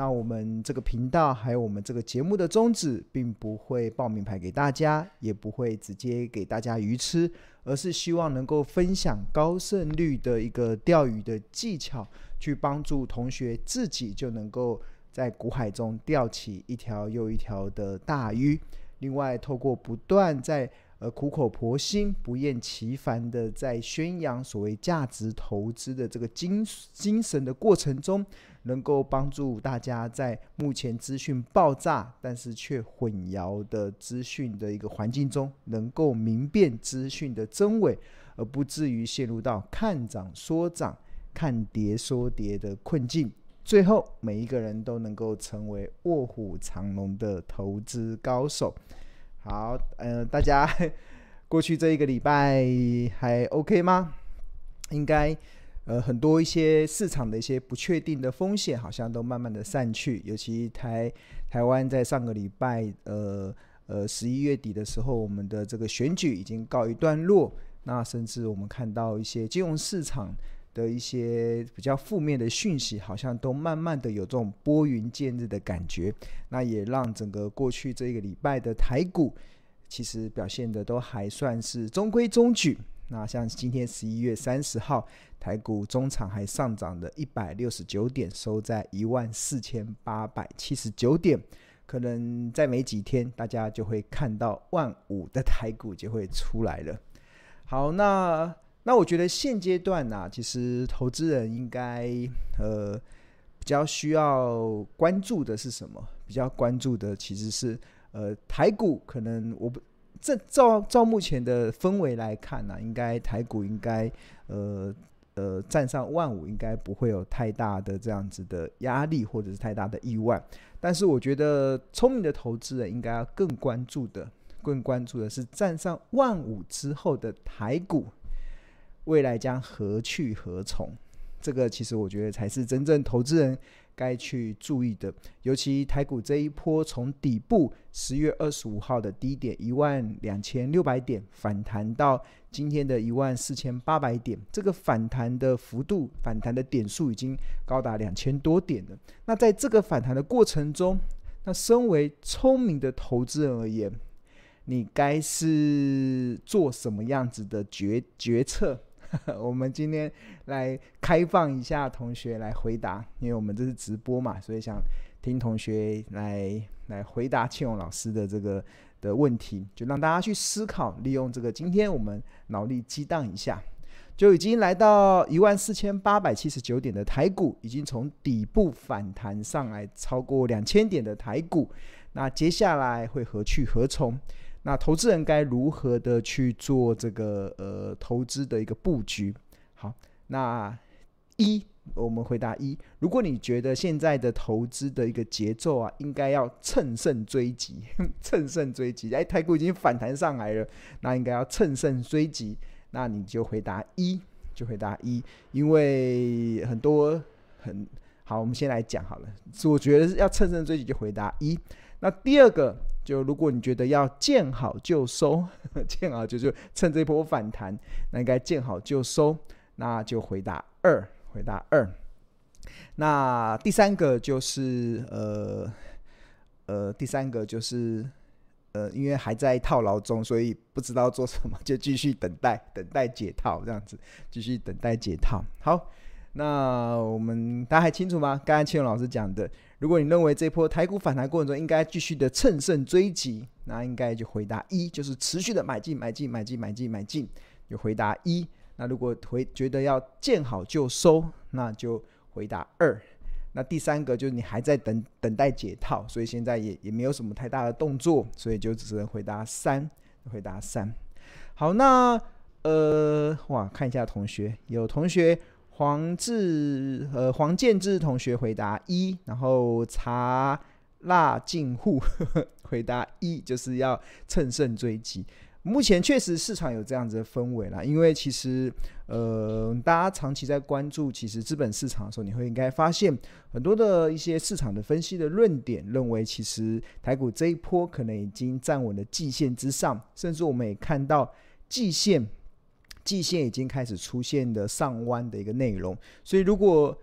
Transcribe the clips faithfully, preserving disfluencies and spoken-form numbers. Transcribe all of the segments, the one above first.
那我们这个频道还有我们这个节目的宗旨，并不会报名牌给大家，也不会直接给大家鱼吃，而是希望能够分享高胜率的一个钓鱼的技巧，去帮助同学自己就能够在股海中钓起一条又一条的大鱼。另外透过不断在呃苦口婆心不厌其烦的在宣扬所谓价值投资的这个 精, 精神的过程中，能够帮助大家在目前资讯爆炸但是却混淆的资讯的一个环境中，能够明辨资讯的真伪，而不至于陷入到看涨说涨看跌说跌的困境，最后每一个人都能够成为卧虎藏龙的投资高手。好，呃，大家过去这一个礼拜还 OK 吗？应该呃很多一些市场的一些不确定的风险好像都慢慢的散去，尤其台台湾在上个礼拜呃呃十一月底的时候，我们的这个选举已经告一段落，那甚至我们看到一些金融市场的一些比较负面的讯息，好像都慢慢的有这种拨云见日的感觉，那也让整个过去这一个礼拜的台股其实表现的都还算是中规中矩。那像今天十一月三十号，台股中场还上涨了一百六十九点，收在一万四千八百七十九点，可能在没几天大家就会看到万五的台股就会出来了。好，那那我觉得现阶段啊，其实投资人应该呃比较需要关注的是什么？比较关注的其实是呃台股，可能我这照照目前的氛围来看啊，应该台股应该呃呃站上万五，应该不会有太大的这样子的压力，或者是太大的意外。但是我觉得聪明的投资人应该要更关注的，更关注的是站上万五之后的台股未来将何去何从，这个其实我觉得才是真正投资人该去注意的。尤其台股这一波从底部十月二十五号的低点一万两千六百点反弹到今天的一万四千八百点，这个反弹的幅度，反弹的点数已经高达两千多点了。那在这个反弹的过程中，那身为聪明的投资人而言，你该是做什么样子的 决, 决策？我们今天来开放一下同学来回答，因为我们这是直播嘛，所以想听同学来来回答庆荣老师的这个的问题，就让大家去思考，利用这个今天我们脑力激荡一下，就已经来到一万四千八百七十九点的台股，已经从底部反弹上来超过两千点的台股，那接下来会何去何从？那投资人该如何的去做这个呃投资的一个布局？好，那一我们回答一，如果你觉得现在的投资的一个节奏啊，应该要乘胜追击，乘胜追击，哎，台股已经反弹上来了，那应该要乘胜追击，那你就回答一，就回答一，因为很多很好，我们先来讲好了，我觉得要乘胜追击就回答一。那第二个，就如果你觉得要见好就收，见好就收，趁这波反弹，那应该见好就收，那就回答二，回答二。那第三个就是呃呃，第三个就是呃，因为还在套牢中，所以不知道做什么，就继续等待，等待解套，这样子，继续等待解套。好。那我们大家还清楚吗？刚才庆荣老师讲的，如果你认为这波台股反弹过程中应该继续的乘胜追击，那应该就回答一，就是持续的买进买进买进买进买进，就回答一。那如果回觉得要见好就收，那就回答二。那第三个就是你还在等等待解套，所以现在 也, 也没有什么太大的动作，所以就只能回答三，回答三。好，那呃，哇，看一下同学，有同学。黄志呃黄建志同学回答一，然后茶辣进户回答一，就是要乘胜追击。目前确实市场有这样子的氛围啦，因为其实呃大家长期在关注其实资本市场的时候，你会应该发现很多的一些市场的分析的论点，认为其实台股这一波可能已经站稳了季线之上，甚至我们也看到季线季线已经开始出现的上弯的一个内容，所以如果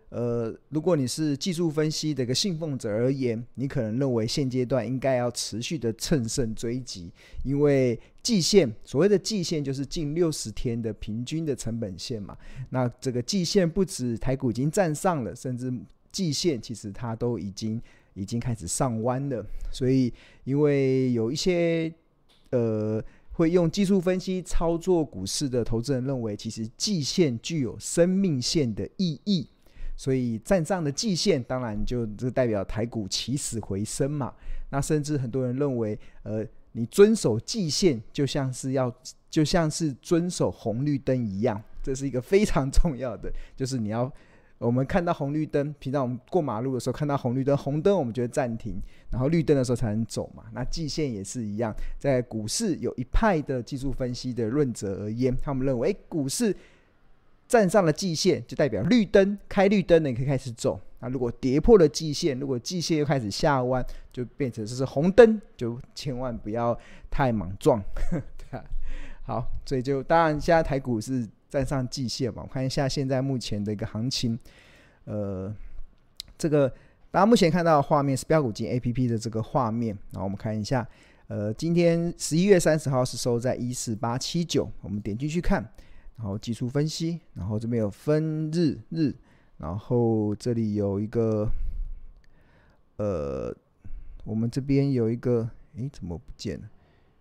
呃，如果你是技术分析的一个信奉者而言，你可能认为现阶段应该要持续的乘胜追击，因为季线，所谓的季线就是近六十天的平均的成本线嘛。那这个季线不止台股已经站上了，甚至季线其实它都已经已经开始上弯了。所以因为有一些呃会用技术分析操作股市的投资人认为，其实季线具有生命线的意义，所以站上的季线当然就这代表台股起死回生嘛。那甚至很多人认为呃你遵守季线就像是要就像是遵守红绿灯一样，这是一个非常重要的，就是你要我们看到红绿灯，平常我们过马路的时候看到红绿灯，红灯我们就会暂停，然后绿灯的时候才能走嘛。那季线也是一样，在股市有一派的技术分析的论者而言，他们认为股市站上了季线就代表绿灯，开绿灯的你可以开始走。那如果跌破了季线，如果季线又开始下弯，就变成这是红灯，就千万不要太莽撞。对啊，好，所以就当然现在台股是站上季线嘛，我看一下现在目前的一个行情，呃，这个大家目前看到的画面是标股金 A P P 的这个画面，然后我们看一下，呃，今天十一月三十号是收在一四八七九，我们点进去看，然后技术分析，然后这边有分日日，然后这里有一个，呃，我们这边有一个，诶，怎么不见了？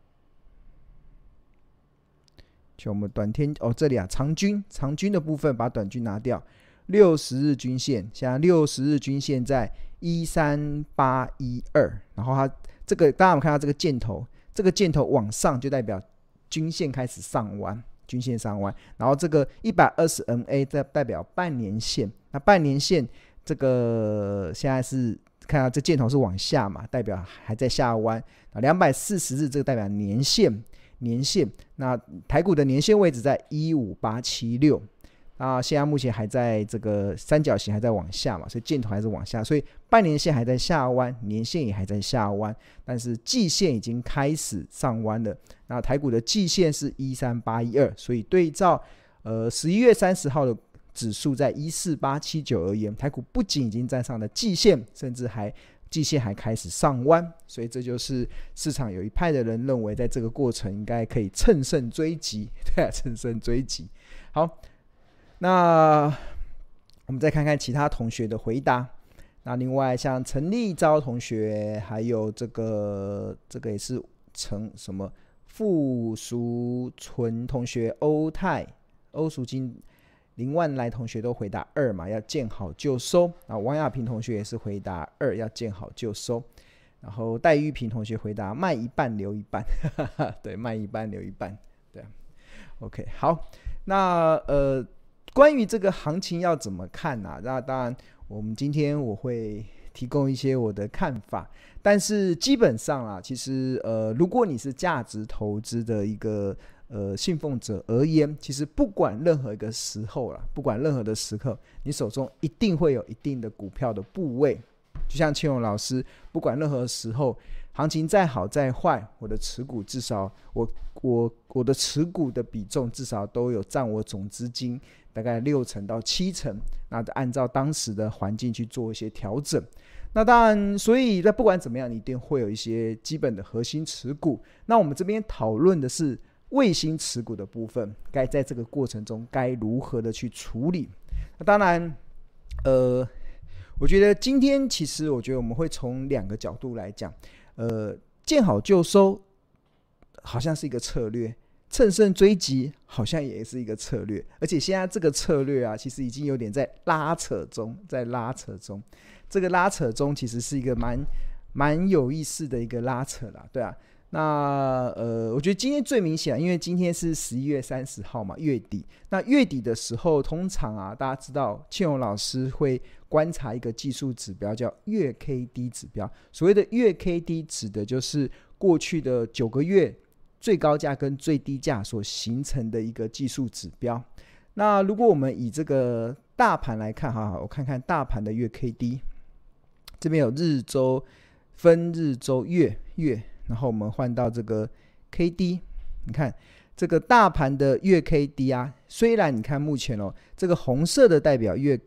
就我们短天哦，这里啊，长均长均的部分把短均拿掉，六十日均线，现在六十日均线在一三八一二，然后它这个大家有看到这个箭头，这个箭头往上就代表均线开始上弯，均线上弯，然后这个一百二十 M A 在代表半年线，那半年线这个现在是看到这箭头是往下嘛，代表还在下弯，两百四十日这个代表年线。年线，那台股的年线位置在一五八七六，那现在目前还在这个三角形还在往下嘛，所以箭头还是往下，所以半年线还在下弯，年线也还在下弯，但是季线已经开始上弯了。那台股的季线是一三八一二，所以对照呃十一月三十号的指数在一四八七九而言，台股不仅已经站上了季线，甚至还季线还开始上弯，所以这就是市场有一派的人认为，在这个过程应该可以乘胜追击，对啊，乘胜追击。好，那我们再看看其他同学的回答。那另外像陈立昭同学，还有这个这个也是陈什么傅淑纯同学、欧泰、欧淑金。林万来同学都回答二嘛，要见好就收。然后王亚平同学也是回答二，要见好就收。然后戴玉平同学回答卖一半留一半，对，卖一半留一半，对啊。OK， 好，那呃，关于这个行情要怎么看呢、啊？那当然，我们今天我会提供一些我的看法，但是基本上啊，其实呃，如果你是价值投资的一个。呃，信奉者而言，其实不管任何一个时候啦，不管任何的时刻，你手中一定会有一定的股票的部位。就像庆荣老师，不管任何时候，行情再好再坏，我的持股至少我我我的持股的比重至少都有占我总资金大概六成到七成，那按照当时的环境去做一些调整。那当然，所以在不管怎么样，你一定会有一些基本的核心持股。那我们这边讨论的是。卫星持股的部分，该在这个过程中该如何的去处理？那当然，呃，我觉得今天其实我觉得我们会从两个角度来讲，呃，见好就收好像是一个策略，乘胜追击好像也是一个策略，而且现在这个策略啊，其实已经有点在拉扯中，在拉扯中，这个拉扯中其实是一个蛮蛮有意思的一个拉扯啦，对啊。那呃，我觉得今天最明显，因为今天是十一月三十号嘛，月底。那月底的时候，通常啊，大家知道庆荣老师会观察一个技术指标，叫月 K D 指标。所谓的月 K D 指的就是过去的九个月最高价跟最低价所形成的一个技术指标。那如果我们以这个大盘来看，好好，我看看大盘的月 K D， 这边有日周、分日周、月月。然后我们换到这个 K D， 你看这个大盘的月 K D 啊，虽然你看目前哦，这个红色的代表月 K，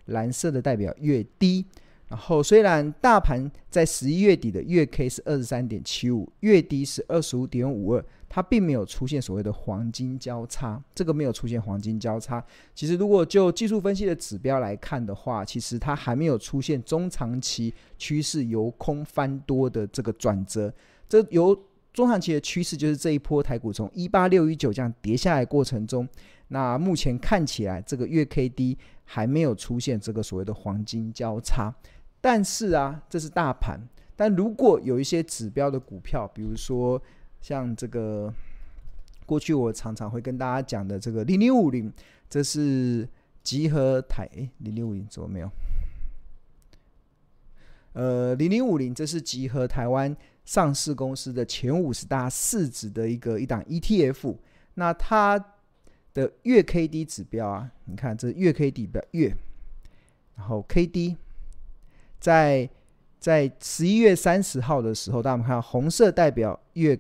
蓝色的代表越低。然后虽然大盘在十一月底的月 K 是 二十三点七五， 月低是 二十五点五二， 它并没有出现所谓的黄金交叉，这个没有出现黄金交叉。其实如果就技术分析的指标来看的话，其实它还没有出现中长期趋势由空翻多的这个转折。这由中长期的趋势就是这一波台股从一八六一九这样跌下来的过程中，那目前看起来这个月 K D 还没有出现这个所谓的黄金交叉。但是啊，这是大盘，但如果有一些指标的股票，比如说像这个过去我常常会跟大家讲的这个零零五零，这是集合台零零五零怎么没有？呃，零零五零这是集合台湾上市公司的前五十大市值的一个一档 E T F， 那它的月 K D 指标啊，你看这月 K D 的月，然后 K D。在在十一月三十号的时候，大家看到红色代表月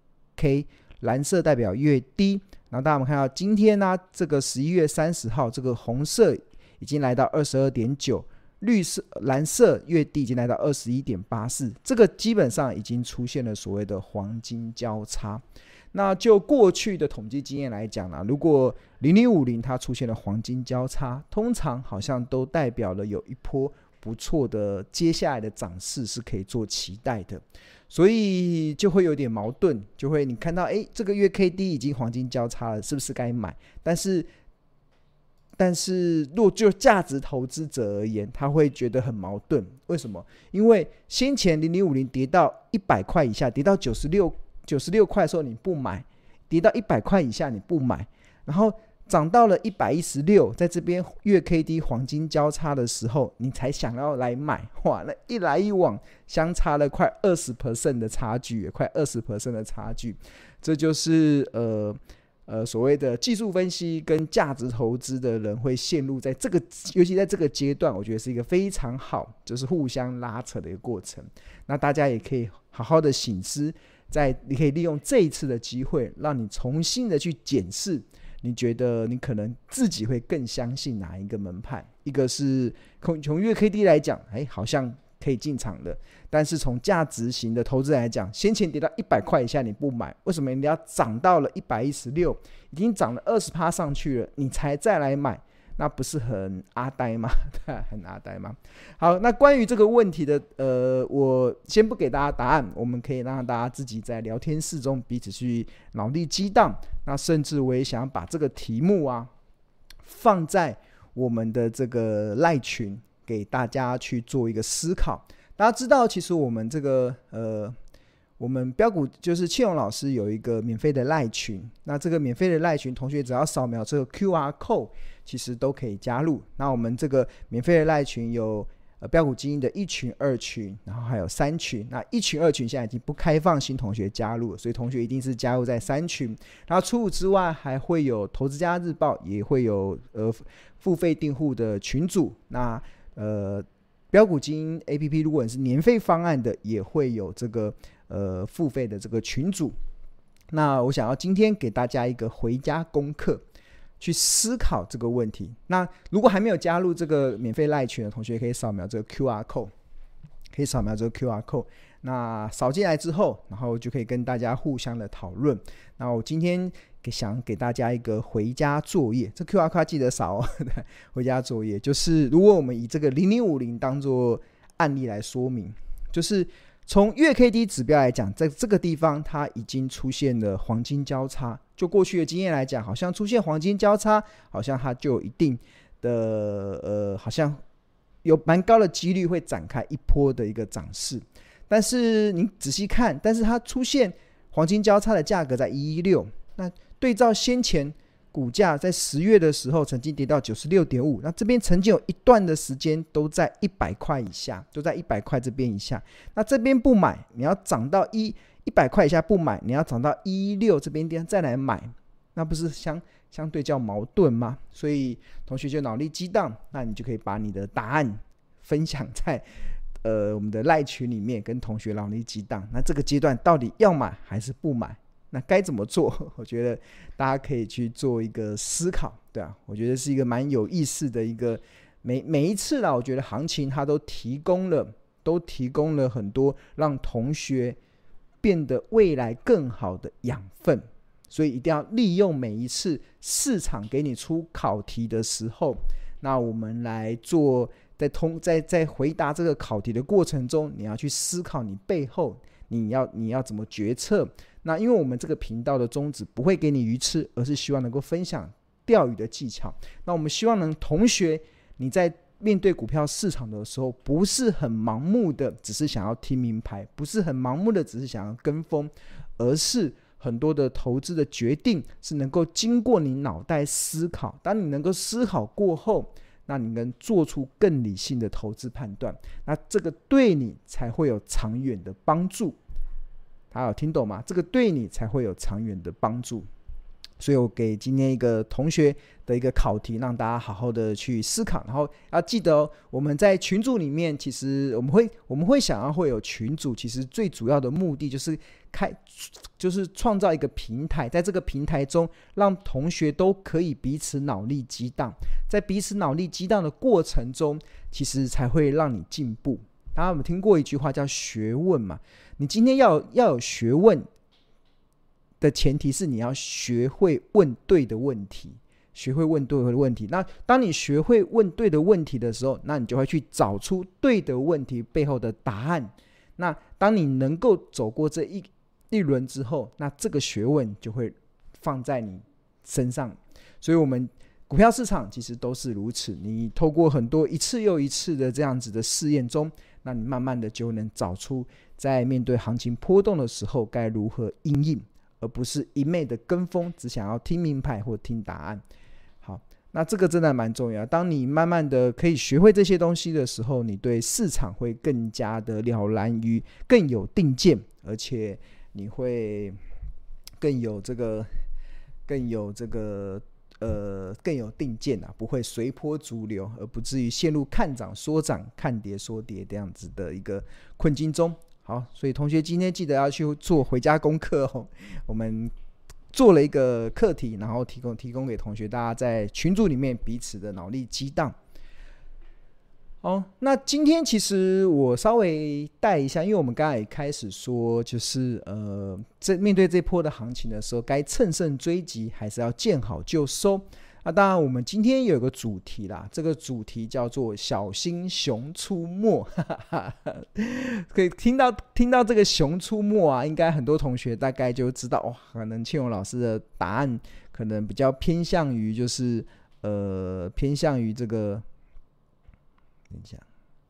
K， 蓝色代表月低。然后大家看到今天呢、啊，这个十一月三十号，这个红色已经来到 二十二点九， 绿色蓝色月低已经来到 二十一点八四， 这个基本上已经出现了所谓的黄金交叉。那就过去的统计经验来讲啦，如果零零五零它出现了黄金交叉，通常好像都代表了有一波不错的接下来的涨势是可以做期待的，所以就会有点矛盾，就会你看到哎，这个月 K D 已经黄金交叉了，是不是该买？但是但是若就价值投资者而言，他会觉得很矛盾。为什么？因为先前零零五零跌到一百块以下，跌到九十六块的时候你不买，跌到一百块以下你不买，然后涨到了一百一十六，在这边月 K D 黄金交叉的时候你才想要来买，哇，那一来一往相差了快 百分之二十 的差距，快 百分之二十 的差距。这就是呃呃所谓的技术分析跟价值投资的人会陷入在这个，尤其在这个阶段，我觉得是一个非常好，就是互相拉扯的一个过程。那大家也可以好好的省思，在你可以利用这一次的机会，让你重新的去检视，你觉得你可能自己会更相信哪一个门派？一个是从月 K D 来讲，哎，好像可以进场的，但是从价值型的投资来讲，先前跌到一百块以下你不买，为什么你要涨到了一百一十六，已经涨了 百分之二十 上去了，你才再来买？那不是很阿呆吗？很阿呆吗？好，那关于这个问题的，呃，我先不给大家答案，我们可以让大家自己在聊天室中彼此去脑力激荡。那甚至我也想把这个题目啊，放在我们的这个赖群，给大家去做一个思考。大家知道，其实我们这个呃。我们标股就是庆荣老师有一个免费的赖群，那这个免费的赖群，同学只要扫描这个 Q R code， 其实都可以加入。那我们这个免费的赖群有呃标股基金的一群、二群，然后还有三群。那一群、二群现在已经不开放新同学加入了，所以同学一定是加入在三群。然后除此之外，还会有投资家日报，也会有呃付费订户的群组。那呃标股基金 A P P 如果你是年费方案的，也会有这个呃付费的这个群组。那我想要今天给大家一个回家功课，去思考这个问题。那如果还没有加入这个免费赖群的同学，可以扫描这个 Q R code， 可以扫描这个 Q R code。那扫进来之后，然后就可以跟大家互相的讨论。那我今天想给大家一个回家作业，这 Q R code 记得扫哦。回家作业就是如果我们以这个零零五零当作案例来说明，就是从月 K D 指标来讲，在这个地方它已经出现了黄金交叉。就过去的经验来讲，好像出现黄金交叉，好像它就有一定的呃，好像有蛮高的几率会展开一波的一个涨势。但是你仔细看，但是它出现黄金交叉的价格在一一六，那对照先前股价在十月的时候曾经跌到 九十六点五， 那这边曾经有一段的时间都在一百块以下，都在一百块这边以下。那这边不买，你要涨到一百块以下不买，你要涨到一一六这边再来买，那不是相相对较矛盾吗？所以同学就脑力激荡，那你就可以把你的答案分享在呃我们的赖群里面，跟同学脑力激荡。那这个阶段到底要买还是不买？那该怎么做？我觉得大家可以去做一个思考，对啊，我觉得是一个蛮有意思的一个每每一次啦，我觉得行情它都提供了都提供了很多让同学变得未来更好的养分，所以一定要利用每一次市场给你出考题的时候，那我们来做在通在在回答这个考题的过程中，你要去思考你背后你要你要怎么决策。那因为我们这个频道的宗旨不会给你鱼吃，而是希望能够分享钓鱼的技巧。那我们希望能同学你在面对股票市场的时候，不是很盲目的只是想要听名牌，不是很盲目的只是想要跟风，而是很多的投资的决定是能够经过你脑袋思考，当你能够思考过后，那你能做出更理性的投资判断，那这个对你才会有长远的帮助。大家有听懂吗？这个对你才会有长远的帮助。所以我给今天一个同学的一个考题，让大家好好的去思考，然后要记得哦，我们在群组里面，其实我们会我们会想要会有群组，其实最主要的目的就是开就是创造一个平台，在这个平台中让同学都可以彼此脑力激荡，在彼此脑力激荡的过程中，其实才会让你进步。大家有没有听过一句话叫学问嘛？你今天要要有学问的前提是你要学会问对的问题，学会问对的问题。那当你学会问对的问题的时候，那你就会去找出对的问题背后的答案。那当你能够走过这一一轮之后，那这个学问就会放在你身上。所以我们股票市场其实都是如此，你透过很多一次又一次的这样子的试验中，那你慢慢的就能找出在面对行情波动的时候该如何因应，而不是一昧的跟风，只想要听名牌或听答案。好，那这个真的蛮重要。当你慢慢的可以学会这些东西的时候，你对市场会更加的了然于更有定见，而且你会更有这个更有这个呃更有定见啊，不会随波逐流，而不至于陷入看涨说涨、看跌说跌这样子的一个困境中。好，所以同学今天记得要去做回家功课哦。我们做了一个课题，然后提供提供给同学，大家在群组里面彼此的脑力激荡。好，那今天其实我稍微带一下，因为我们刚才也开始说，就是呃，这面对这波的行情的时候，该乘胜追击，还是要见好就收。那当然我们今天有个主题啦，这个主题叫做小心熊出没。可以听到听到这个熊出没啊，应该很多同学大概就知道，哦，可能庆荣老师的答案可能比较偏向于就是呃偏向于这个等一下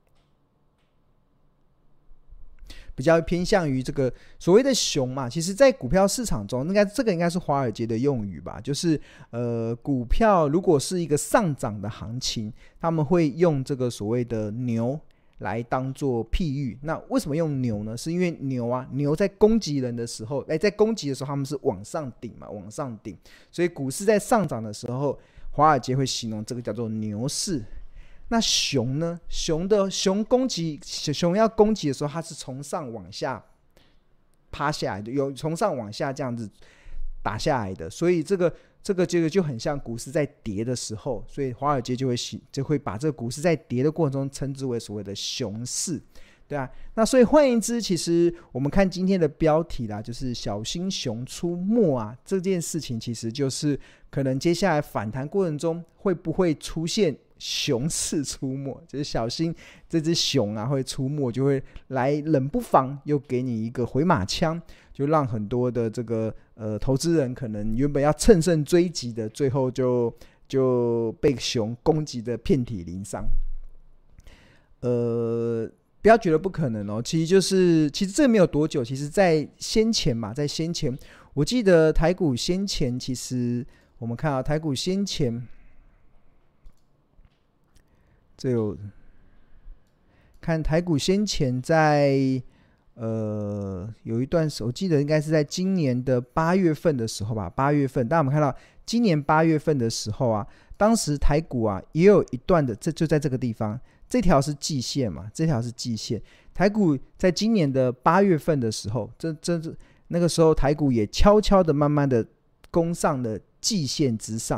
比较偏向于这个所谓的熊嘛，其实在股票市场中，应该这个应该是华尔街的用语吧，就是呃，股票如果是一个上涨的行情，他们会用这个所谓的牛来当做譬喻。那为什么用牛呢？是因为牛啊，牛在攻击人的时候，哎，在攻击的时候他们是往上顶嘛，往上顶，所以股市在上涨的时候，华尔街会形容这个叫做牛市。那熊呢？熊的熊攻击，熊要攻击的时候，它是从上往下趴下来的，有从上往下这样子打下来的，所以这个这个这个就很像股市在跌的时候，所以华尔街就会就会把这个股市在跌的过程中称之为所谓的熊市，对啊。那所以换言之，其实我们看今天的标题啦，就是小心熊出没啊，这件事情其实就是可能接下来反弹过程中会不会出现熊市出没，就是小心这只熊啊会出没，就会来冷不防又给你一个回马枪，就让很多的这个呃投资人可能原本要乘胜追击的，最后就就被熊攻击的遍体鳞伤。呃，不要觉得不可能哦，其实就是其实这没有多久，其实在先前嘛，在先前我记得台股先前其实我们看啊，台股先前。这有看台股先前在呃有一段时，我记得应该是在今年的八月份的时候吧，八月份，大家我们看到今年八月份的时候啊，当时台股啊也有一段的，这就在这个地方，这条是季线嘛，这条是季线，台股在今年的八月份的时候，这这那个时候台股也悄悄的慢慢的攻上了季线之上。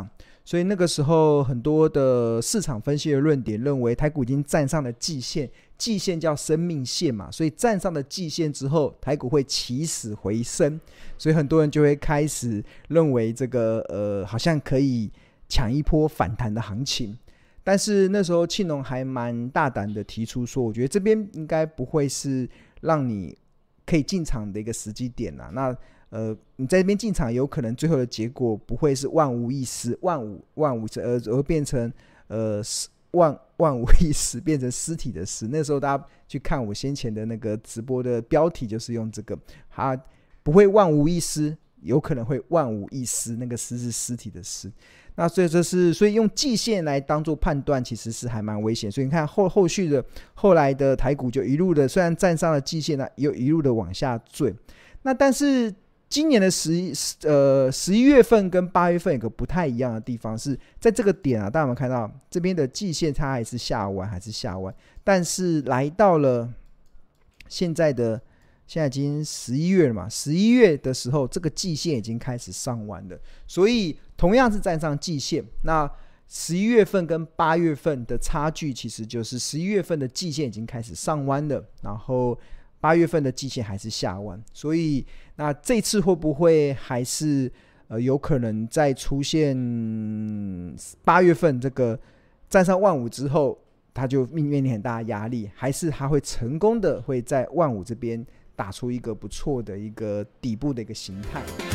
所以那个时候很多的市场分析的论点认为台股已经站上了季线，季线叫生命线嘛，所以站上了季线之后台股会起死回生，所以很多人就会开始认为这个呃好像可以抢一波反弹的行情。但是那时候庆农还蛮大胆的提出说，我觉得这边应该不会是让你可以进场的一个时机点啊，那呃，你在这边进场有可能最后的结果不会是万无一失，万无万无而而变成呃万万无一失变成尸体的尸。那时候大家去看我先前的那个直播的标题就是用这个，它不会万无一失，有可能会万无一失，那个失是尸体的尸。那所以这是所以用季线来当做判断，其实是还蛮危险。所以你看后后续的后来的台股就一路的，虽然站上了季线呢，又一路的往下坠。那但是今年的十呃十一月份跟八月份有个不太一样的地方是在这个点啊，大家有没有看到这边的季线它还是下弯还是下弯，但是来到了现在的现在已经十一月了嘛，十一月的时候这个季线已经开始上弯了，所以同样是站上季线，那十一月份跟八月份的差距其实就是十一月份的季线已经开始上弯了，然后八月份的季线还是下弯，所以那这次会不会还是呃有可能再出现八月份这个站上万五之后，它就面临很大的压力，还是它会成功的会在万五这边打出一个不错的一个底部的一个形态？